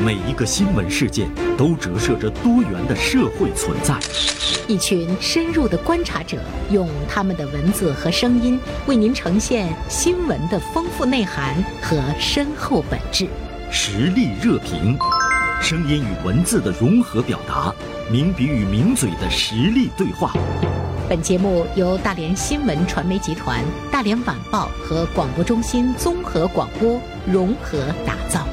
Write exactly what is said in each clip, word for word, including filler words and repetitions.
每一个新闻事件都折射着多元的社会存在。 一群深入的观察者，用他们的文字和声音，为您呈现新闻的丰富内涵和深厚本质。 实力热评，声音与文字的融合表达，名笔与名嘴的实力对话。 本节目由大连新闻传媒集团、大连晚报和广播中心综合广播融合打造。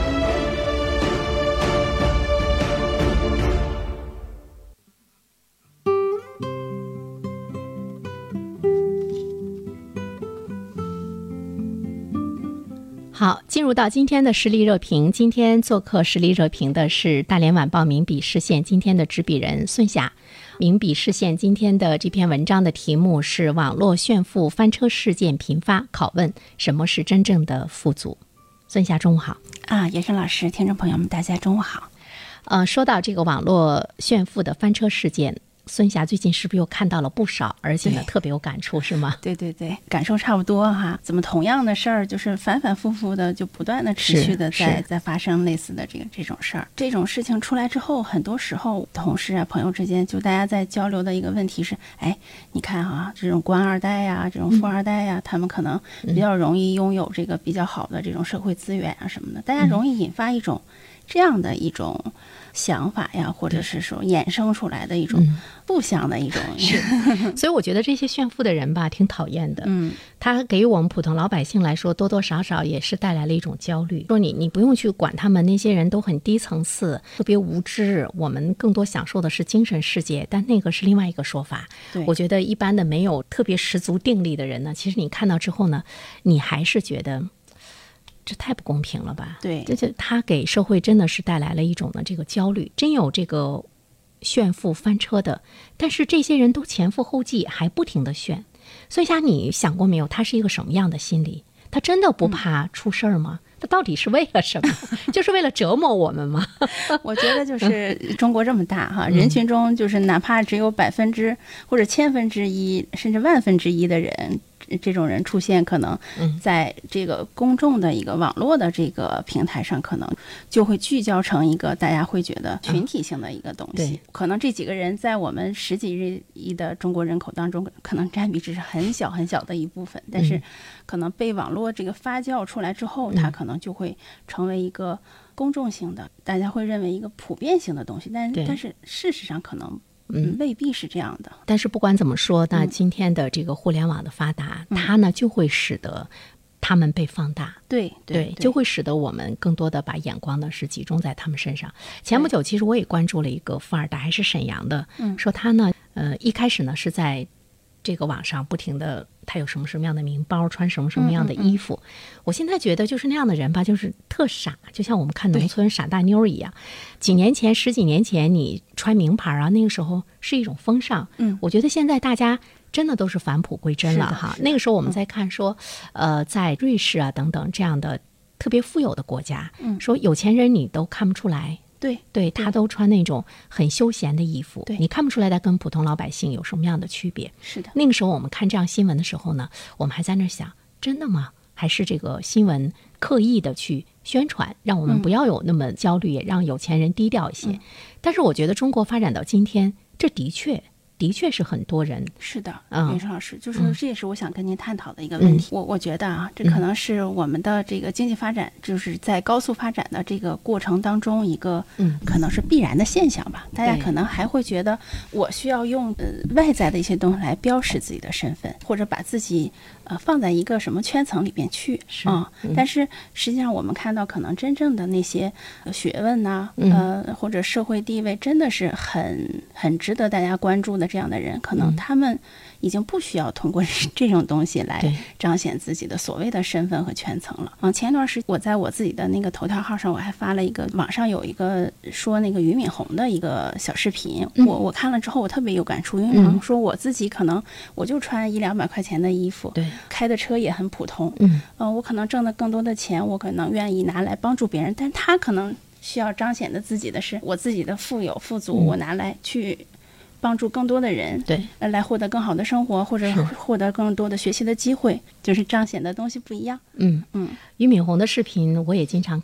好，进入到今天的实力热评。今天做客实力热评的是大连晚报名笔视线今天的执笔人孙霞。名笔视线今天的这篇文章的题目是网络炫富翻车事件频发，拷问什么是真正的富足。孙霞中午好。 啊，叶生老师，听众朋友们大家中午好。 呃，说到这个网络炫富的翻车事件，孙霞最近是不是又看到了不少，而且呢特别有感触，是吗？ 对对对，感受差不多哈。怎么同样的事儿，就是反反复复的，就不断的持续的在在发生类似的这个这种事儿。这种事情出来之后，很多时候同事啊、朋友之间，就大家在交流的一个问题是：哎，你看哈，这种官二代呀、这种富二代呀、嗯，他们可能比较容易拥有这个比较好的这种社会资源啊什么的，大家容易引发一种这样的一种想法呀，或者是说衍生出来的一种不祥的一种、嗯、 是所以我觉得这些炫富的人吧挺讨厌的。嗯，他给予我们普通老百姓来说多多少少也是带来了一种焦虑，说你你不用去管他们，那些人都很低层次特别无知，我们更多享受的是精神世界，但那个是另外一个说法。我觉得一般的没有特别十足定力的人呢，其实你看到之后呢，你还是觉得这太不公平了吧？对，这就他给社会真的是带来了一种的这个焦虑。真有这个炫富翻车的，但是这些人都前赴后继，还不停的炫。所以像你想过没有，他是一个什么样的心理？他真的不怕出事儿吗？嗯，他到底是为了什么？就是为了折磨我们吗？ 我觉得就是中国这么大哈，人群中就是哪怕只有百分之或者千分之一，甚至万分之一的人。这种人出现，可能在这个公众的一个网络的这个平台上，可能就会聚焦成一个大家会觉得群体性的一个东西。可能这几个人在我们十几亿的中国人口当中，可能占比只是很小很小的一部分，但是可能被网络这个发酵出来之后，它可能就会成为一个公众性的，大家会认为一个普遍性的东西。但但是事实上可能。嗯，未必是这样的。 但是不管怎么说，那今天的这个互联网的发达，嗯、它呢就会使得他们被放大。 对 对, 对，就会使得我们更多的把眼光呢是集中在他们身上。前不久，其实我也关注了一个富二代，还是沈阳的，嗯、说他呢，呃，一开始呢是在这个网上不停的，他有什么什么样的名包，穿什么什么样的衣服。嗯嗯嗯，我现在觉得就是那样的人吧，就是特傻，就像我们看农村傻大妞一样。几年前，十几年前，你穿名牌啊，那个时候是一种风尚。嗯，我觉得现在大家真的都是返璞归真了哈。那个时候我们在看说，嗯、呃，在瑞士啊等等这样的特别富有的国家，嗯，说有钱人你都看不出来。对对，他都穿那种很休闲的衣服，你看不出来他跟普通老百姓有什么样的区别。是的，那个时候我们看这样新闻的时候呢，我们还在那想，真的吗？还是这个新闻刻意的去宣传，让我们不要有那么焦虑，也让有钱人低调一些。嗯、但是我觉得中国发展到今天，这的确。的确是很多人。 是的，袁生老师，就是这也是我想跟您探讨的一个问题。嗯、我我觉得啊，这可能是我们的这个经济发展，就是在高速发展的这个过程当中一个，嗯，可能是必然的现象吧。大家可能还会觉得，我需要用呃外在的一些东西来标识自己的身份，或者把自己呃放在一个什么圈层里边去啊、嗯。但是实际上我们看到，可能真正的那些学问呐、啊，呃，或者社会地位，真的是很很值得大家关注的。这样的人，可能他们已经不需要通过这种东西来彰显自己的所谓的身份和圈层了。嗯，前段时间我在我自己的那个头条号上，我还发了一个网上有一个说那个俞敏洪的一个小视频，嗯、我我看了之后我特别有感触，因为好像说我自己可能我就穿一两百块钱的衣服，对，开的车也很普通，嗯，呃，我可能挣的更多的钱，我可能愿意拿来帮助别人，但他可能需要彰显的自己的是我自己的富有富足，嗯、我拿来去。帮助更多的人，对，来获得更好的生活，或者获得更多的学习的机会，就是彰显的东西不一样。嗯嗯， 俞敏洪的视频我也经常看，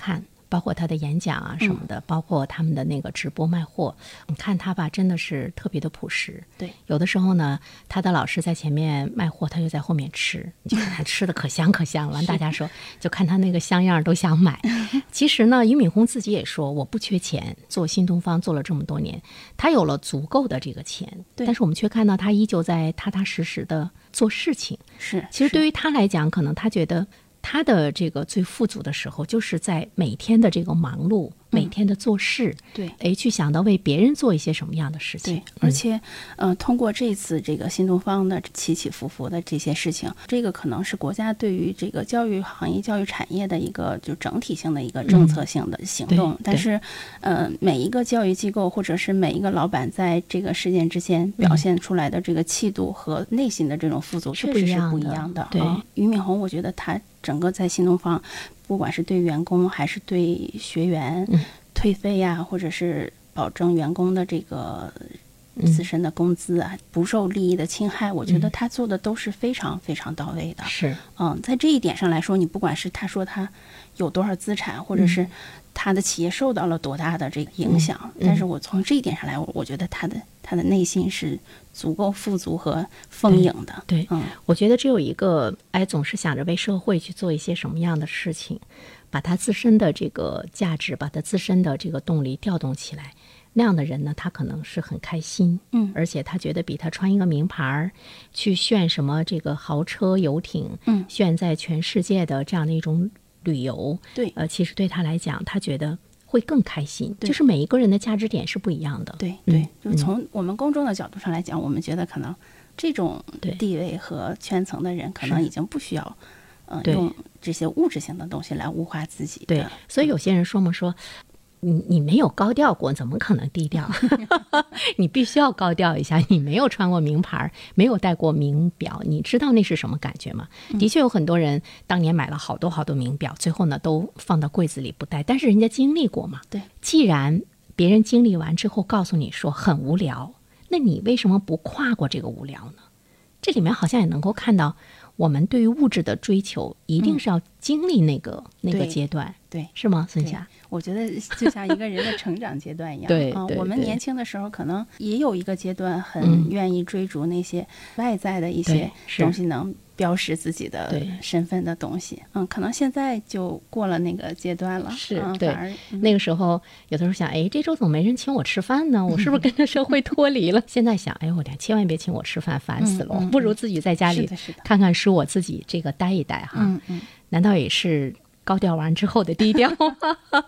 包括他的演讲啊什么的，嗯、包括他们的那个直播卖货，你看他吧，真的是特别的朴实。 对， 有的时候呢，他的老师在前面卖货，他就在后面吃，你就看他吃的可香可香了。大家说，就看他那个香样都想买。其实呢，俞敏洪自己也说，我不缺钱，做新东方做了这么多年，他有了足够的这个钱，但是我们却看到他依旧在踏踏实实的做事情。 是， 其实对于他来讲，可能他觉得。他的这个最富足的时候，就是在每天的这个忙碌，嗯、每天的做事， 对， 哎，去想到为别人做一些什么样的事情。 对，而且，嗯、呃，通过这次这个新东方的起起伏伏的这些事情，这个可能是国家对于这个教育行业、教育产业的一个就整体性的一个政策性的行动。嗯、但是，呃，每一个教育机构或者是每一个老板在这个事件之前表现出来的这个气度和内心的这种富足，确实是不一样的。 对， 嗯、俞敏洪，我觉得他。整个在新东方，不管是对员工还是对学员、嗯、退费呀、啊，或者是保证员工的这个自身的工资啊，嗯、不受利益的侵害，我觉得他做的都是非常非常到位的。 是， 嗯，在这一点上来说，你不管是他说他有多少资产，或者是他的企业受到了多大的这个影响，嗯、但是我从这一点上来，我我觉得他的他的内心是足够富足和丰盈的。 对，对嗯，我觉得只有一个，哎，总是想着为社会去做一些什么样的事情，把他自身的这个价值，把他自身的这个动力调动起来，那样的人呢，他可能是很开心， 嗯， 而且他觉得比他穿一个名牌去炫什么这个豪车游艇， 嗯， 炫在全世界的这样的一种旅游， 对， 呃，其实对他来讲，他觉得会更开心。就是每一个人的价值点是不一样的。 对对，嗯、就从我们公众的角度上来讲，嗯、我们觉得可能这种地位和圈层的人，可能已经不需要，呃，用这些物质性的东西来物化自己的。 对，所以有些人说嘛，说。你你没有高调过，怎么可能低调？你必须要高调一下。你没有穿过名牌，没有戴过名表，你知道那是什么感觉吗？嗯、的确有很多人当年买了好多好多名表，最后呢都放到柜子里不戴，但是人家经历过嘛。 对， 既然别人经历完之后告诉你说很无聊，那你为什么不跨过这个无聊呢？这里面好像也能够看到，我们对于物质的追求一定是要经历那个、嗯、那个阶段， 对， 是吗，孙霞？ 我觉得就像一个人的成长阶段一样， 对、 啊，我们年轻的时候可能也有一个阶段很愿意追逐那些外在的一些东西，能标识自己的身份的东西。嗯，可能现在就过了那个阶段了。 是， 嗯、 对、嗯，那个时候有的时候想，哎，这周怎么没人请我吃饭呢？我是不是跟着社会脱离了？现在想，哎，我俩千万别请我吃饭，烦死了！嗯嗯、不如自己在家里看看书，我自己这个待一待哈。 嗯嗯， 难道也是高调完之后的低调吗？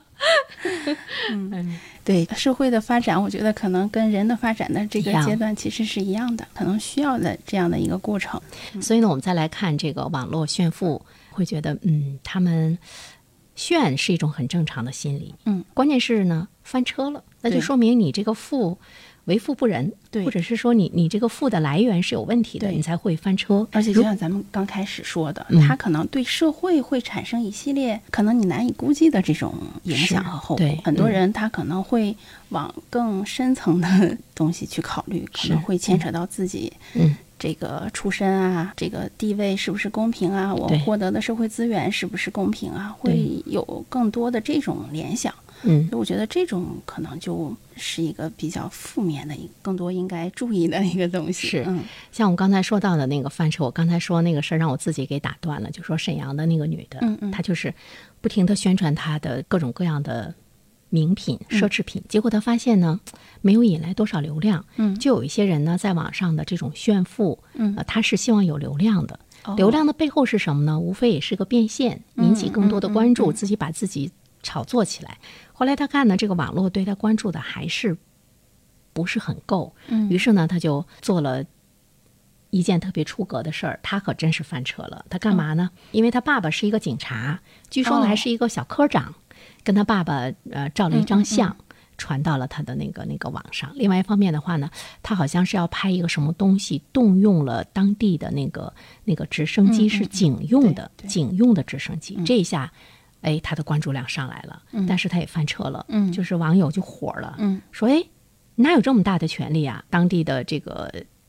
嗯，对，社会的发展，我觉得可能跟人的发展的这个阶段其实是一样的，可能需要的这样的一个过程。 嗯、所以呢，我们再来看这个网络炫富，会觉得，嗯，他们炫是一种很正常的心理。 嗯， 关键是呢，翻车了，那就说明你这个富为富不仁， 对， 或者是说你你这个富的来源是有问题的，你才会翻车。 而且就像咱们刚开始说的，它可能对社会会产生一系列可能你难以估计的这种影响和后果。 对， 很多人他可能会往更深层的东西去考虑，可能会牵扯到自己， 嗯。 这个出身啊，这个地位是不是公平啊？我获得的社会资源是不是公平啊？会有更多的这种联想。 嗯， 所以我觉得这种可能就是一个比较负面的，更多应该注意的一个东西。 是， 嗯， 像我刚才说到的那个翻车，我刚才说那个事儿让我自己给打断了，就说沈阳的那个女的， 嗯嗯， 她就是不停地宣传她的各种各样的名品、奢侈品，嗯、结果她发现呢，没有引来多少流量。 嗯， 就有一些人呢，在网上的这种炫富， 嗯， 呃，他是希望有流量的。 哦、 流量的背后是什么呢？无非也是个变现，引起更多的关注， 嗯嗯嗯嗯、 自己把自己炒作起来。后来他看呢，这个网络对他关注的还是不是很够， 嗯， 于是呢，他就做了一件特别出格的事儿，他可真是翻车了。他干嘛呢？嗯、因为他爸爸是一个警察，据说呢还是一个小科长，哦、跟他爸爸呃照了一张相。嗯嗯嗯传到了他的那个那个网上。另外一方面的话呢，他好像是要拍一个什么东西，动用了当地的那个那个直升机，是警用的， 嗯嗯警用的直升机。 嗯、 这一下，哎，他的关注量上来了， 嗯、 但是他也翻车了， 嗯， 就是网友就火了， 嗯， 说哎，哪有这么大的权利啊？当地的这个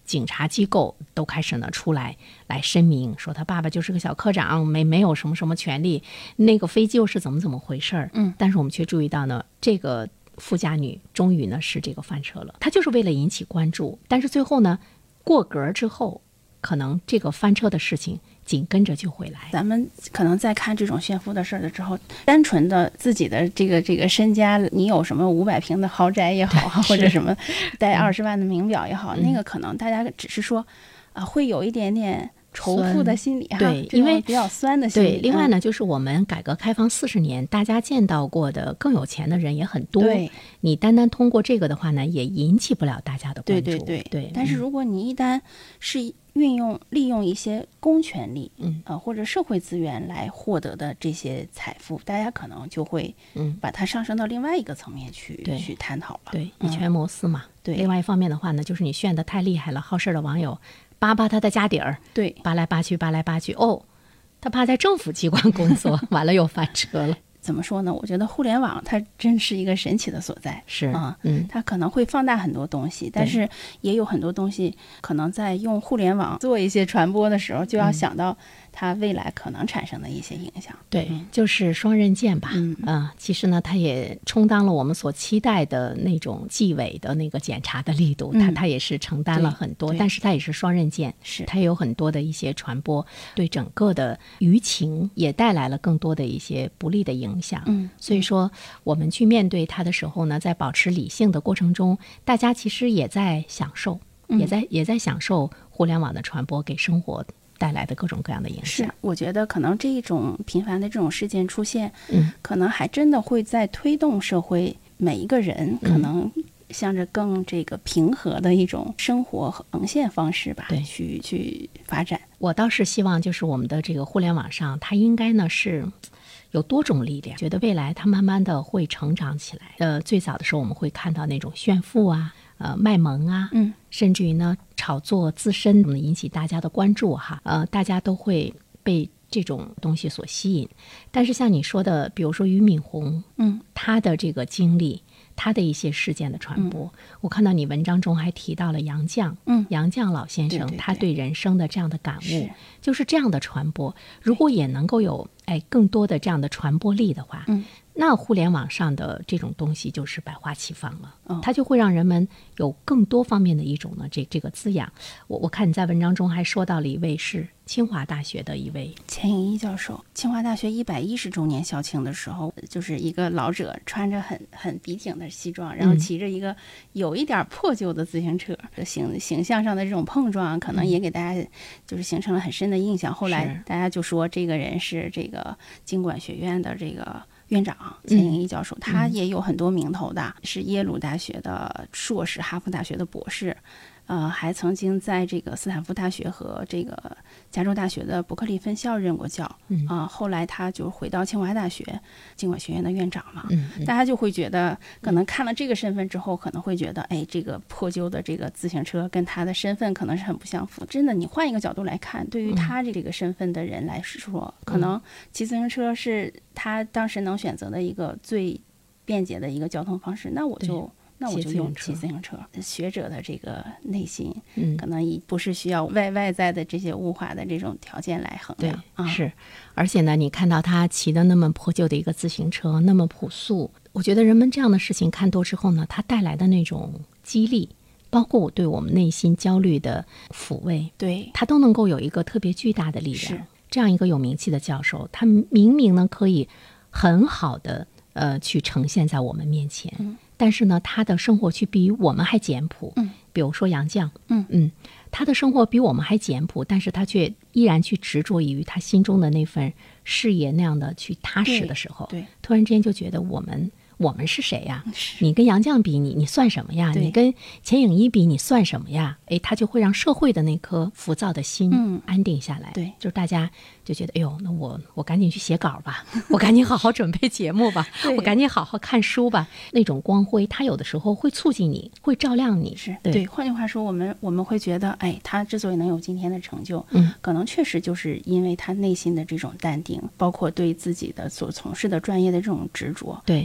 警察机构都开始呢出来来声明，说他爸爸就是个小科长，没没有什么什么权利，那个飞机又是怎么怎么回事儿。 嗯， 但是我们却注意到呢，这个富家女终于呢是这个翻车了，她就是为了引起关注，但是最后呢，过格之后，可能这个翻车的事情紧跟着就会来。 咱们可能在看这种炫富的事儿的时候，单纯的自己的这个这个身家，你有什么五百平的豪宅也好，或者什么带二十万的名表也好， 嗯、 那个可能大家只是说啊、呃，会有一点点仇富的心理哈， 对，因为比较酸的心理。 对，另外呢，就是我们改革开放四十年，大家见到过的更有钱的人也很多。 对， 你单单通过这个的话呢，也引起不了大家的关注。 对对对对。 但是如果你一旦是运用利用一些公权力， 嗯呃或者社会资源来获得的这些财富，大家可能就会嗯把它上升到另外一个层面去、 嗯、 去探讨了。 对，以权谋私嘛。 嗯、对。 另外一方面的话呢，就是你炫得太厉害了，好事的网友扒扒他的家底儿， 对， 扒来扒去，扒来扒去，哦，他怕在政府机关工作，完了又翻车了。 怎么说呢？我觉得互联网它真是一个神奇的所在， 是啊， 嗯， 它可能会放大很多东西，但是也有很多东西可能在用互联网做一些传播的时候，就要想到它未来可能产生的一些影响。 对，就是双刃剑吧。 嗯啊，其实呢，它也充当了我们所期待的那种纪委的那个检查的力度，它、嗯、它也是承担了很多，但是它也是双刃剑， 是它也有很多的一些传播，对整个的舆情也带来了更多的一些不利的影响。 嗯， 所以说我们去面对它的时候呢，在保持理性的过程中，大家其实也在享受， 嗯、 也在也在享受互联网的传播给生活带来的各种各样的影响。 是，我觉得可能这一种频繁的这种事件出现， 嗯， 可能还真的会在推动社会每一个人可能向着更这个平和的一种生活和呈现方式吧， 对， 去去发展。 我倒是希望，就是我们的这个互联网上，它应该呢是有多种力量，觉得未来它慢慢的会成长起来。呃，最早的时候我们会看到那种炫富啊，呃，卖萌啊， 嗯， 甚至于呢炒作自身，引起大家的关注哈，呃，大家都会被这种东西所吸引。但是像你说的，比如说俞敏洪， 嗯， 他的这个经历，他的一些事件的传播，嗯、我看到你文章中还提到了杨绛， 嗯， 杨绛老先生， 对对对， 他对人生的这样的感悟， 是就是这样的传播。如果也能够有哎更多的这样的传播力的话， 嗯， 那互联网上的这种东西就是百花齐放了， 哦、 它就会让人们有更多方面的一种呢这这个滋养。我我看你在文章中还说到了一位是清华大学的一位钱颖一教授，清华大学一百一十周年校庆的时候，就是一个老者穿着很很笔挺的西装，然后骑着一个有一点破旧的自行车，嗯、形形象上的这种碰撞，可能也给大家就是形成了很深的印象。嗯、后来大家就说这个人是这个经管学院的这个院长钱颖一教授，嗯、他也有很多名头的，是耶鲁大学的硕士，哈佛大学的博士。呃，还曾经在这个斯坦福大学和这个加州大学的伯克利分校任过教，啊、 嗯呃，后来他就回到清华大学经管学院的院长嘛， 嗯嗯、 大家就会觉得，可能看了这个身份之后，可能会觉得，哎，这个破旧的这个自行车跟他的身份可能是很不相符。真的，你换一个角度来看，对于他这个身份的人来说，嗯、可能骑自行车是他当时能选择的一个最便捷的一个交通方式，那我就。那我就用骑自行车。学者的这个内心，嗯，可能也不是需要外外在的这些物化的这种条件来衡量。 对， 啊、 是。而且呢，你看到他骑的那么破旧的一个自行车，那么朴素，我觉得人们这样的事情看多之后呢，它带来的那种激励，包括我对我们内心焦虑的抚慰， 对， 它都能够有一个特别巨大的力量。 是这样一个有名气的教授，他明明呢可以很好的呃去呈现在我们面前。 嗯， 但是呢，他的生活却比我们还简朴。 嗯， 比如说杨绛， 嗯嗯，他的生活比我们还简朴，但是他却依然去执着于他心中的那份事业那样的去踏实的时候， 对，对突然之间就觉得我们我们是谁呀？你跟杨绛比，你你算什么呀？你跟钱颖一比，你算什么呀？哎，他就会让社会的那颗浮躁的心安定下来。 嗯、对， 就是大家就觉得，哎呦，那我我赶紧去写稿吧，我赶紧好好准备节目吧，我赶紧好好看书吧。那种光辉，它有的时候会促进你，会照亮你。 是对, 对，换句话说，我们我们会觉得，哎，他之所以能有今天的成就， 嗯， 可能确实就是因为他内心的这种淡定，包括对自己的所从事的专业的这种执着。 对， 他有更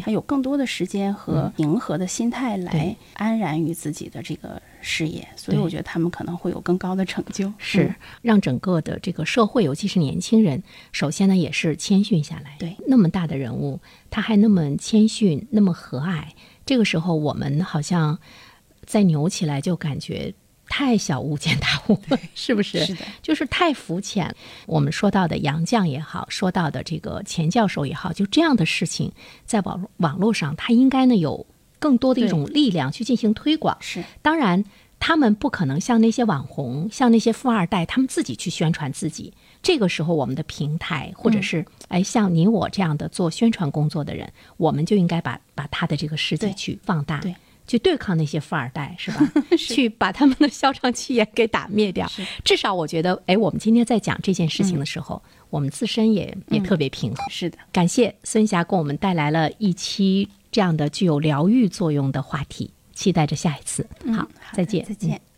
更多的时间和平和的心态来安然于自己的这个事业，所以我觉得他们可能会有更高的成就。 是、嗯、让整个的这个社会，尤其是年轻人，首先呢也是谦逊下来。 对， 那么大的人物，他还那么谦逊，那么和蔼，这个时候我们好像再扭起来就感觉太小巫见大巫了，是不是？ 是的， 就是太肤浅。我们说到的杨绛也好，说到的这个钱教授也好，就这样的事情，在网网络上，它应该呢有更多的一种力量去进行推广。 是， 当然，他们不可能像那些网红、像那些富二代，他们自己去宣传自己。这个时候，我们的平台，或者是、嗯、哎，像你我这样的做宣传工作的人，我们就应该把把他的这个事迹去放大。 对。 去对抗那些富二代，是吧？是去把他们的嚣张气焰给打灭掉。至少我觉得，哎，我们今天在讲这件事情的时候，嗯、我们自身也也特别平衡。 嗯、是的， 感谢孙霞给我们带来了一期这样的具有疗愈作用的话题，期待着下一次。 嗯、 好，再见， 再见。嗯